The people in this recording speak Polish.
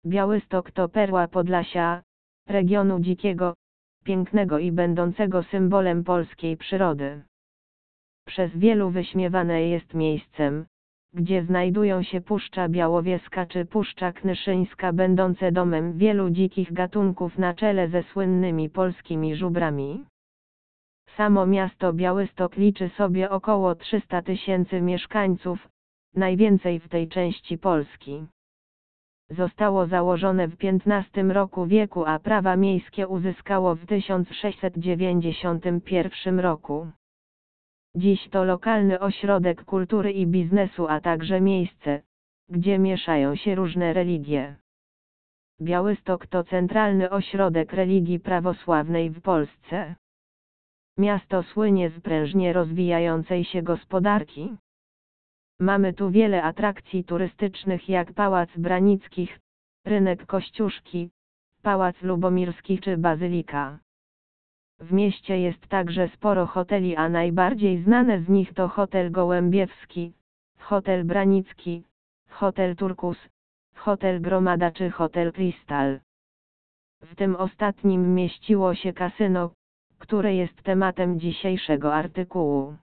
Białystok to perła Podlasia, regionu dzikiego, pięknego i będącego symbolem polskiej przyrody. Przez wielu wyśmiewane jest miejscem, gdzie znajdują się Puszcza Białowieska czy Puszcza Knyszyńska, będące domem wielu dzikich gatunków na czele ze słynnymi polskimi żubrami. Samo miasto Białystok liczy sobie około 300 000 mieszkańców, najwięcej w tej części Polski. Zostało założone w XV wieku, a prawa miejskie uzyskało w 1691 roku. Dziś to lokalny ośrodek kultury i biznesu, a także miejsce, gdzie mieszają się różne religie. Białystok to centralny ośrodek religii prawosławnej w Polsce. Miasto słynie z prężnie rozwijającej się gospodarki. Mamy tu wiele atrakcji turystycznych, jak Pałac Branickich, Rynek Kościuszki, Pałac Lubomirski czy Bazylika. W mieście jest także sporo hoteli, a najbardziej znane z nich to Hotel Gołębiewski, Hotel Branicki, Hotel Turkus, Hotel Gromada czy Hotel Krystal. W tym ostatnim mieściło się kasyno, które jest tematem dzisiejszego artykułu.